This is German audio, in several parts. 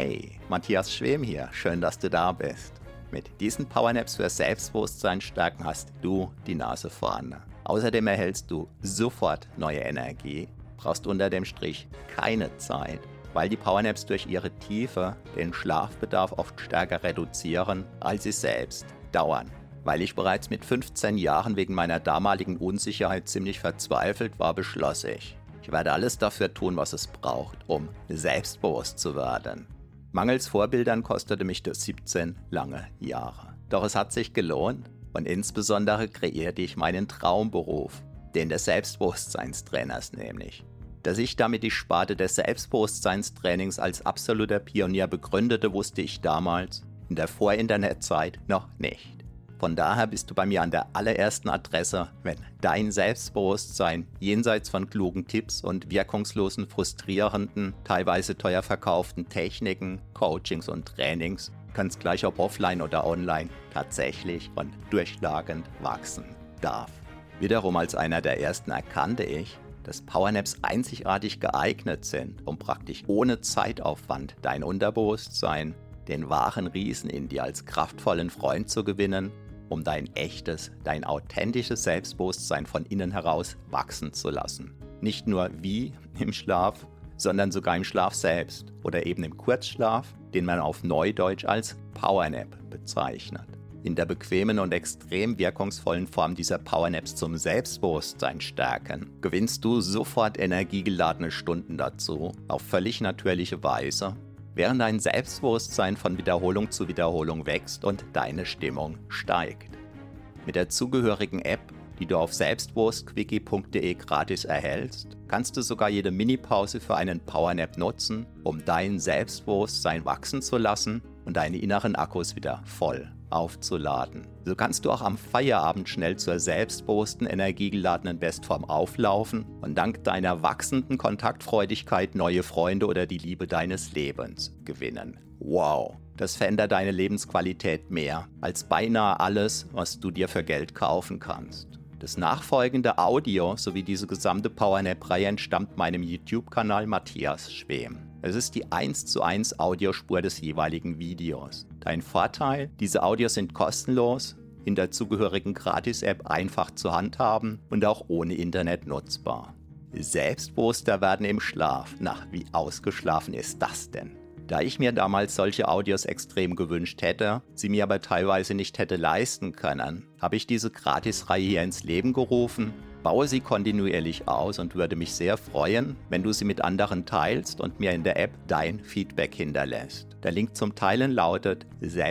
Hey, Matthias Schwem hier, schön, dass du da bist. Mit diesen Powernaps für Selbstbewusstsein stärken hast du die Nase vorne. Außerdem erhältst du sofort neue Energie, brauchst unter dem Strich keine Zeit, weil die Powernaps durch ihre Tiefe den Schlafbedarf oft stärker reduzieren, als sie selbst dauern. Weil ich bereits mit 15 Jahren wegen meiner damaligen Unsicherheit ziemlich verzweifelt war, beschloss ich werde alles dafür tun, was es braucht, um selbstbewusst zu werden. Mangels Vorbildern kostete mich das 17 lange Jahre. Doch es hat sich gelohnt und insbesondere kreierte ich meinen Traumberuf, den des Selbstbewusstseinstrainers nämlich. Dass ich damit die Sparte des Selbstbewusstseinstrainings als absoluter Pionier begründete, wusste ich damals in der Vor-Internet-Zeit noch nicht. Von daher bist du bei mir an der allerersten Adresse, wenn dein Selbstbewusstsein jenseits von klugen Tipps und wirkungslosen, frustrierenden, teilweise teuer verkauften Techniken, Coachings und Trainings, ganz gleich ob offline oder online, tatsächlich und durchschlagend wachsen darf. Wiederum als einer der ersten erkannte ich, dass Powernaps einzigartig geeignet sind, um praktisch ohne Zeitaufwand dein Unterbewusstsein, den wahren Riesen in dir als kraftvollen Freund zu gewinnen, um dein echtes, dein authentisches Selbstbewusstsein von innen heraus wachsen zu lassen. Nicht nur wie im Schlaf, sondern sogar im Schlaf selbst oder eben im Kurzschlaf, den man auf Neudeutsch als Powernap bezeichnet. In der bequemen und extrem wirkungsvollen Form dieser Powernaps zum Selbstbewusstsein stärken, gewinnst du sofort energiegeladene Stunden dazu, auf völlig natürliche Weise, während dein Selbstbewusstsein von Wiederholung zu Wiederholung wächst und deine Stimmung steigt. Mit der zugehörigen App, die du auf selbstbewusstquickie.de gratis erhältst, kannst du sogar jede Minipause für einen Powernap nutzen, um dein Selbstbewusstsein wachsen zu lassen und deine inneren Akkus wieder voll aufzuladen. So kannst du auch am Feierabend schnell zur selbstbewussten, energiegeladenen Bestform auflaufen und dank deiner wachsenden Kontaktfreudigkeit neue Freunde oder die Liebe deines Lebens gewinnen. Wow, das verändert deine Lebensqualität mehr als beinahe alles, was du dir für Geld kaufen kannst. Das nachfolgende Audio sowie diese gesamte Powernap-Reihe entstammt meinem YouTube-Kanal Matthias Schwem. Es ist die 1:1 Audiospur des jeweiligen Videos. Dein Vorteil, diese Audios sind kostenlos, in der zugehörigen Gratis-App einfach zu handhaben und auch ohne Internet nutzbar. Selbstbewusster werden im Schlaf. Na, wie ausgeschlafen ist das denn? Da ich mir damals solche Audios extrem gewünscht hätte, sie mir aber teilweise nicht hätte leisten können, habe ich diese Gratisreihe hier ins Leben gerufen, baue sie kontinuierlich aus und würde mich sehr freuen, wenn du sie mit anderen teilst und mir in der App dein Feedback hinterlässt. Der Link zum Teilen lautet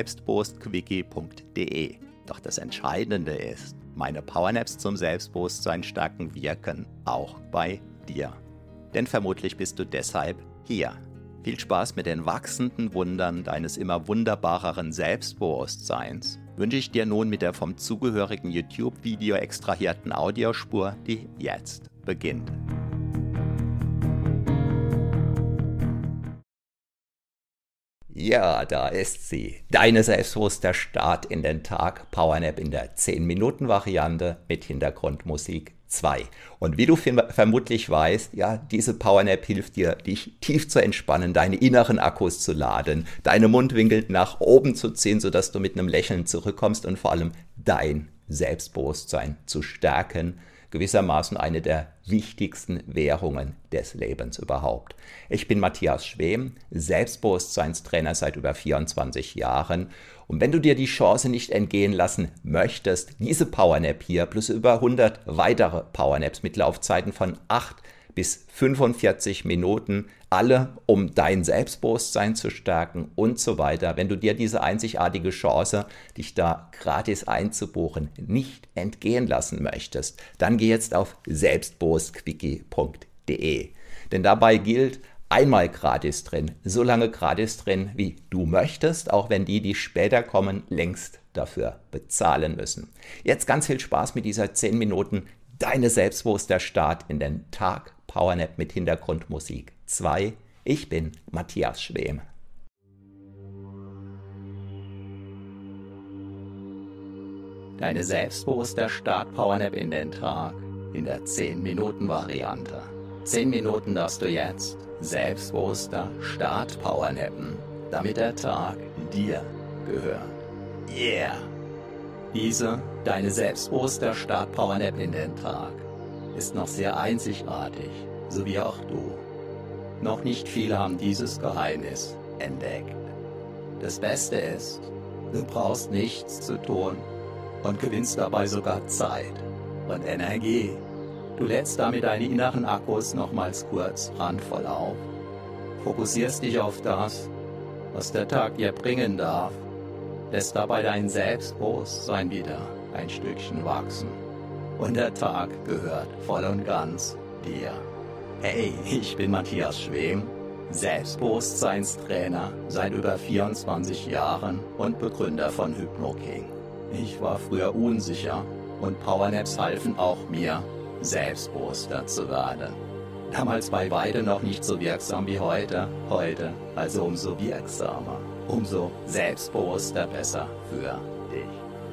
selbstbewusstquickie.de. Doch das Entscheidende ist, meine Powernaps zum Selbstbewusstsein stärken wirken auch bei dir. Denn vermutlich bist du deshalb hier. Viel Spaß mit den wachsenden Wundern deines immer wunderbareren Selbstbewusstseins wünsche ich dir nun mit der vom zugehörigen YouTube-Video extrahierten Audiospur, die jetzt beginnt. Ja, da ist sie. Deine selbstbewusster Start in den Tag, Powernap in der 10-Minuten-Variante mit Hintergrundmusik 2. Und wie du vermutlich weißt, ja, diese Powernap hilft dir, dich tief zu entspannen, deine inneren Akkus zu laden, deine Mundwinkel nach oben zu ziehen, sodass du mit einem Lächeln zurückkommst und vor allem dein Selbstbewusstsein zu stärken. Gewissermaßen eine der wichtigsten Währungen des Lebens überhaupt. Ich bin Matthias Schwem, Selbstbewusstseinstrainer seit über 24 Jahren. Und wenn du dir die Chance nicht entgehen lassen möchtest, diese Powernap hier plus über 100 weitere Powernaps mit Laufzeiten von 8 bis 45 Minuten, alle um dein Selbstbewusstsein zu stärken und so weiter. Wenn du dir diese einzigartige Chance, dich da gratis einzubuchen, nicht entgehen lassen möchtest, dann geh jetzt auf selbstbewusstquickie.de. Denn dabei gilt, einmal gratis drin, so lange gratis drin, wie du möchtest, auch wenn die später kommen, längst dafür bezahlen müssen. Jetzt ganz viel Spaß mit dieser 10 Minuten, deine selbstbewusster Start in den Tag, Powernap mit Hintergrundmusik 2. Ich bin Matthias Schwem. Deine selbstbewusster Start Powernap in den Tag in der 10-Minuten-Variante. 10 Minuten darfst du jetzt selbstbewusster Start Powernappen. damit der Tag dir gehört. Yeah! Diese, deine selbstbewusste Start-Powernap in den Tag, ist noch sehr einzigartig, so wie auch du. Noch nicht viele haben dieses Geheimnis entdeckt. Das Beste ist, du brauchst nichts zu tun und gewinnst dabei sogar Zeit und Energie. Du lädst damit deine inneren Akkus nochmals kurz randvoll auf, fokussierst dich auf das, was der Tag dir bringen darf, lässt dabei dein Selbstbewusstsein wieder ein Stückchen wachsen. Und der Tag gehört voll und ganz dir. Hey, ich bin Matthias Schwem, Selbstbewusstseinstrainer seit über 24 Jahren und Begründer von HypnoKing. Ich war früher unsicher und Powernaps halfen auch mir, selbstbewusster zu werden. Damals bei weitem noch nicht so wirksam wie heute, also umso wirksamer, umso selbstbewusster besser für dich.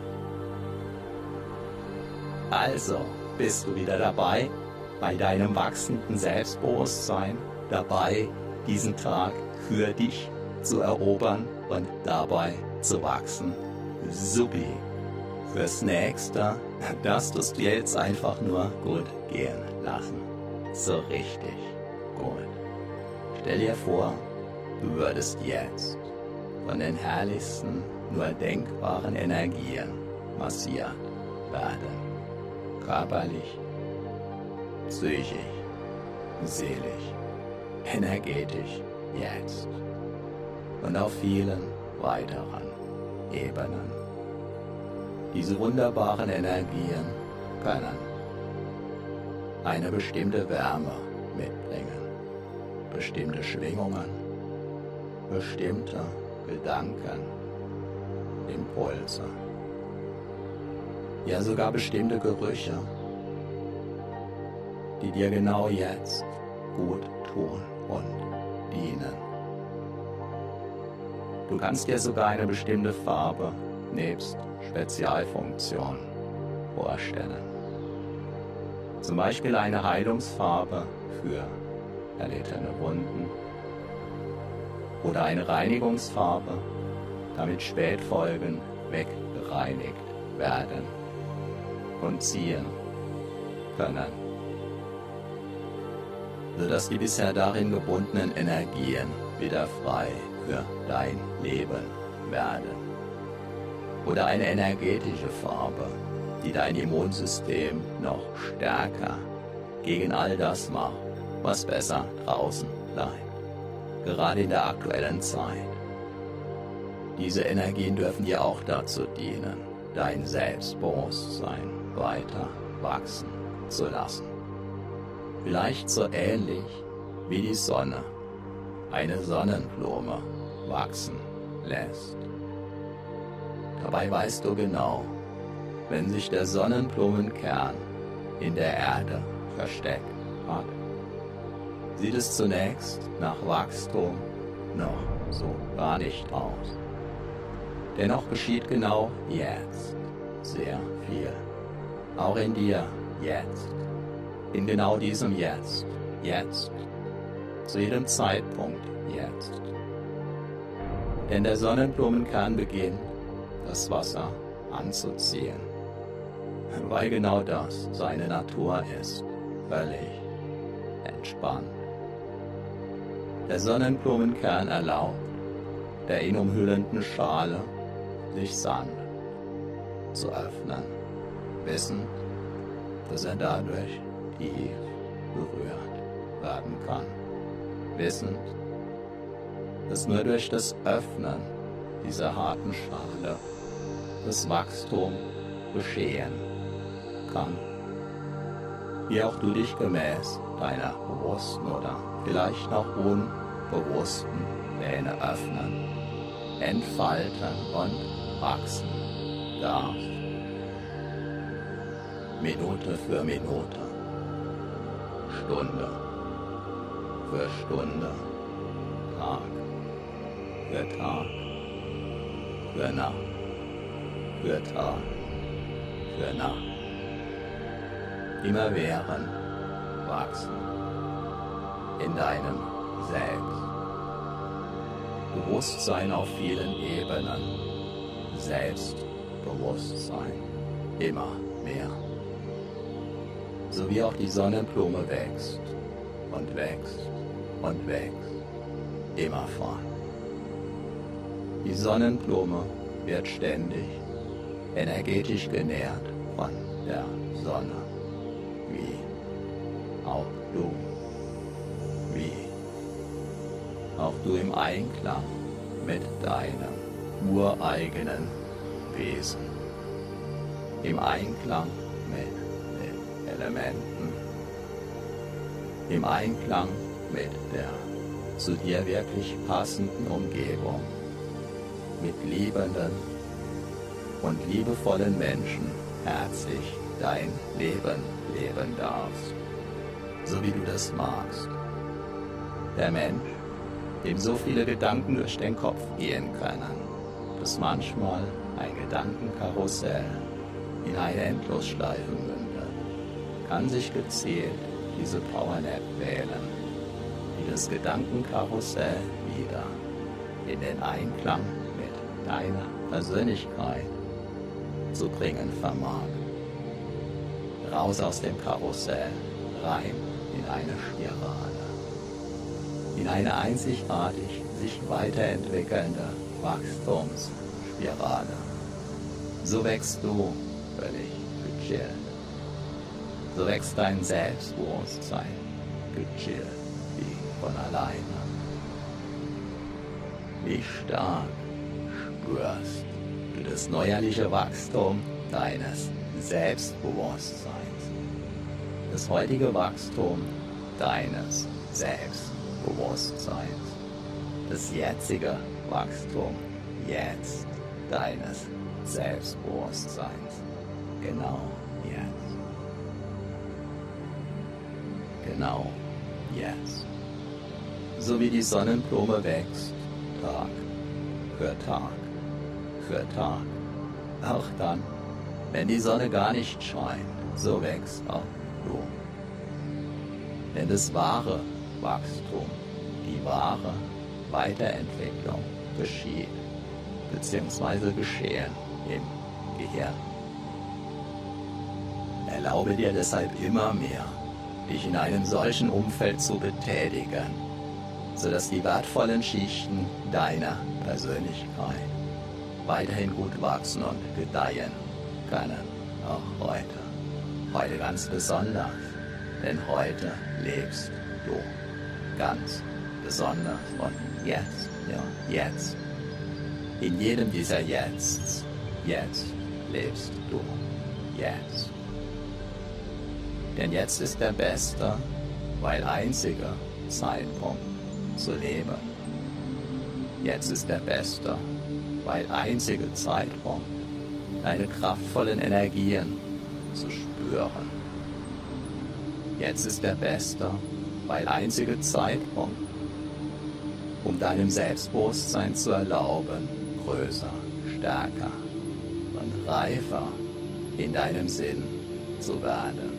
Also, bist du wieder dabei, bei deinem wachsenden Selbstbewusstsein, dabei, diesen Tag für dich zu erobern und dabei zu wachsen? Supi! Fürs Nächste, das tust du dir jetzt einfach nur gut gehen lassen. So richtig gut. Stell dir vor, du würdest jetzt von den herrlichsten, nur denkbaren Energien massiert werden. Körperlich, psychisch, seelisch, energetisch jetzt und auf vielen weiteren Ebenen. Diese wunderbaren Energien können eine bestimmte Wärme mitbringen, bestimmte Schwingungen, bestimmte Gedanken, Impulse, ja sogar bestimmte Gerüche, die dir genau jetzt gut tun und dienen. Du kannst dir sogar eine bestimmte Farbe nebst Spezialfunktion vorstellen. Zum Beispiel eine Heilungsfarbe für erlittene Wunden oder eine Reinigungsfarbe, damit Spätfolgen weggereinigt werden und ziehen können, sodass die bisher darin gebundenen Energien wieder frei für dein Leben werden. Oder eine energetische Farbe, die dein Immunsystem noch stärker gegen all das macht, was besser draußen bleibt, gerade in der aktuellen Zeit. Diese Energien dürfen dir auch dazu dienen, dein Selbstbewusstsein weiter wachsen zu lassen. Vielleicht so ähnlich wie die Sonne eine Sonnenblume wachsen lässt. Dabei weißt du genau, wenn sich der Sonnenblumenkern in der Erde versteckt hat, sieht es zunächst nach Wachstum noch so gar nicht aus. Dennoch geschieht genau jetzt sehr viel. Auch in dir jetzt. In genau diesem Jetzt. Jetzt. Zu jedem Zeitpunkt jetzt. Denn der Sonnenblumenkern beginnt, das Wasser anzuziehen, weil genau das seine Natur ist, völlig entspannt. Der Sonnenblumenkern erlaubt der ihn umhüllenden Schale, sich sanft zu öffnen, wissend, dass er dadurch tief berührt werden kann, wissend, dass nur durch das Öffnen dieser harten Schale das Wachstum geschehen kann. Wie auch du dich gemäß deiner bewussten oder vielleicht noch unbewussten Pläne öffnen, entfalten und wachsen darfst. Minute für Minute, Stunde für Stunde, Tag für Tag, für Nacht, für Tag, für Nacht. Immer während wachsen in deinem Selbst. Bewusstsein auf vielen Ebenen. Selbstbewusstsein. Immer mehr. So wie auch die Sonnenblume wächst und wächst und wächst. Immerfort. Die Sonnenblume wird ständig energetisch genährt von der Sonne. Wie auch du. Wie auch du im Einklang mit deinem ureigenen Wesen. Im Einklang mit den Elementen. Im Einklang mit der zu dir wirklich passenden Umgebung. Mit liebenden und liebevollen Menschen herzlich dein Leben leben darfst, so wie du das magst. Der Mensch, dem so viele Gedanken durch den Kopf gehen können, dass manchmal ein Gedankenkarussell in eine Endlosschleife mündet, kann sich gezielt diese Powernap wählen, die das Gedankenkarussell wieder in den Einklang mit deiner Persönlichkeit zu bringen vermag. Raus aus dem Karussell, rein in eine Spirale. In eine einzigartig sich weiterentwickelnde Wachstumsspirale. So wächst du völlig gechillt. So wächst dein Selbstbewusstsein gechillt wie von alleine. Wie stark spürst du das neuerliche Wachstum deines Selbstbewusstseins. Das heutige Wachstum deines Selbstbewusstseins. Das jetzige Wachstum jetzt deines Selbstbewusstseins. Genau jetzt. Genau jetzt. So wie die Sonnenblume wächst, Tag für Tag für Tag. Auch dann, wenn die Sonne gar nicht scheint, so wächst auch du. Denn das wahre Wachstum, die wahre Weiterentwicklung geschieht, beziehungsweise geschehen im Gehirn. Erlaube dir deshalb immer mehr, dich in einem solchen Umfeld zu betätigen, sodass die wertvollen Schichten deiner Persönlichkeit weiterhin gut wachsen und gedeihen können, auch heute. Heute ganz besonders, denn heute lebst du ganz besonders und jetzt, ja, jetzt. In jedem dieser Jetzts, jetzt lebst du, jetzt. Denn jetzt ist der beste, weil einzige Zeitpunkt zu leben. Jetzt ist der beste, weil einzige Zeitpunkt, deine kraftvollen Energien zu spüren. Jetzt ist der beste, weil einzige Zeitpunkt, um deinem Selbstbewusstsein zu erlauben, größer, stärker und reifer in deinem Sinn zu werden.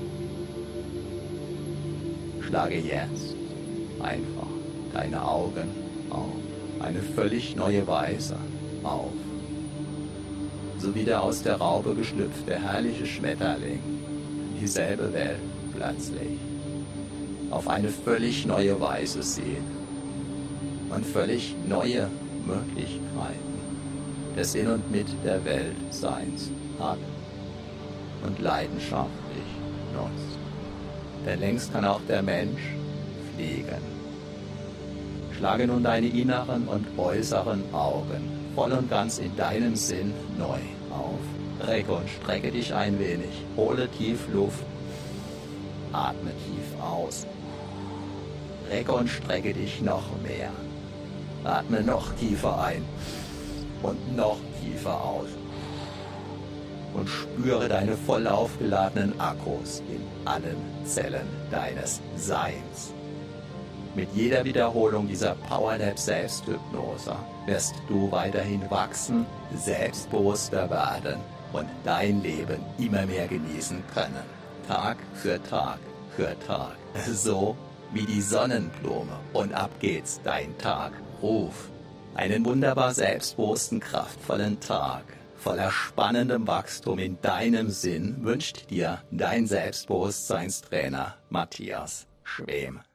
Schlage jetzt einfach deine Augen auf eine völlig neue Weise auf. So wie der aus der Raupe geschlüpfte herrliche Schmetterling dieselbe Welt plötzlich auf eine völlig neue Weise sieht und völlig neue Möglichkeiten des In und Mit der Welt Seins hat und leidenschaftlich nutzt. Denn längst kann auch der Mensch fliegen. Schlage nun deine inneren und äußeren Augen voll und ganz in deinem Sinn neu auf. Recke und strecke dich ein wenig. Hole tief Luft. Atme tief aus. Recke und strecke dich noch mehr. Atme noch tiefer ein und noch tiefer aus. Und spüre deine voll aufgeladenen Akkus in allen Zellen deines Seins. Mit jeder Wiederholung dieser Powernap Selbsthypnose wirst du weiterhin wachsen, selbstbewusster werden und dein Leben immer mehr genießen können. Tag für Tag für Tag. So wie die Sonnenblume. Und ab geht's, dein Tag. Ruf Einen wunderbar selbstbewussten, kraftvollen Tag voller spannendem Wachstum in deinem Sinn wünscht dir dein Selbstbewusstseinstrainer Matthias Schwem.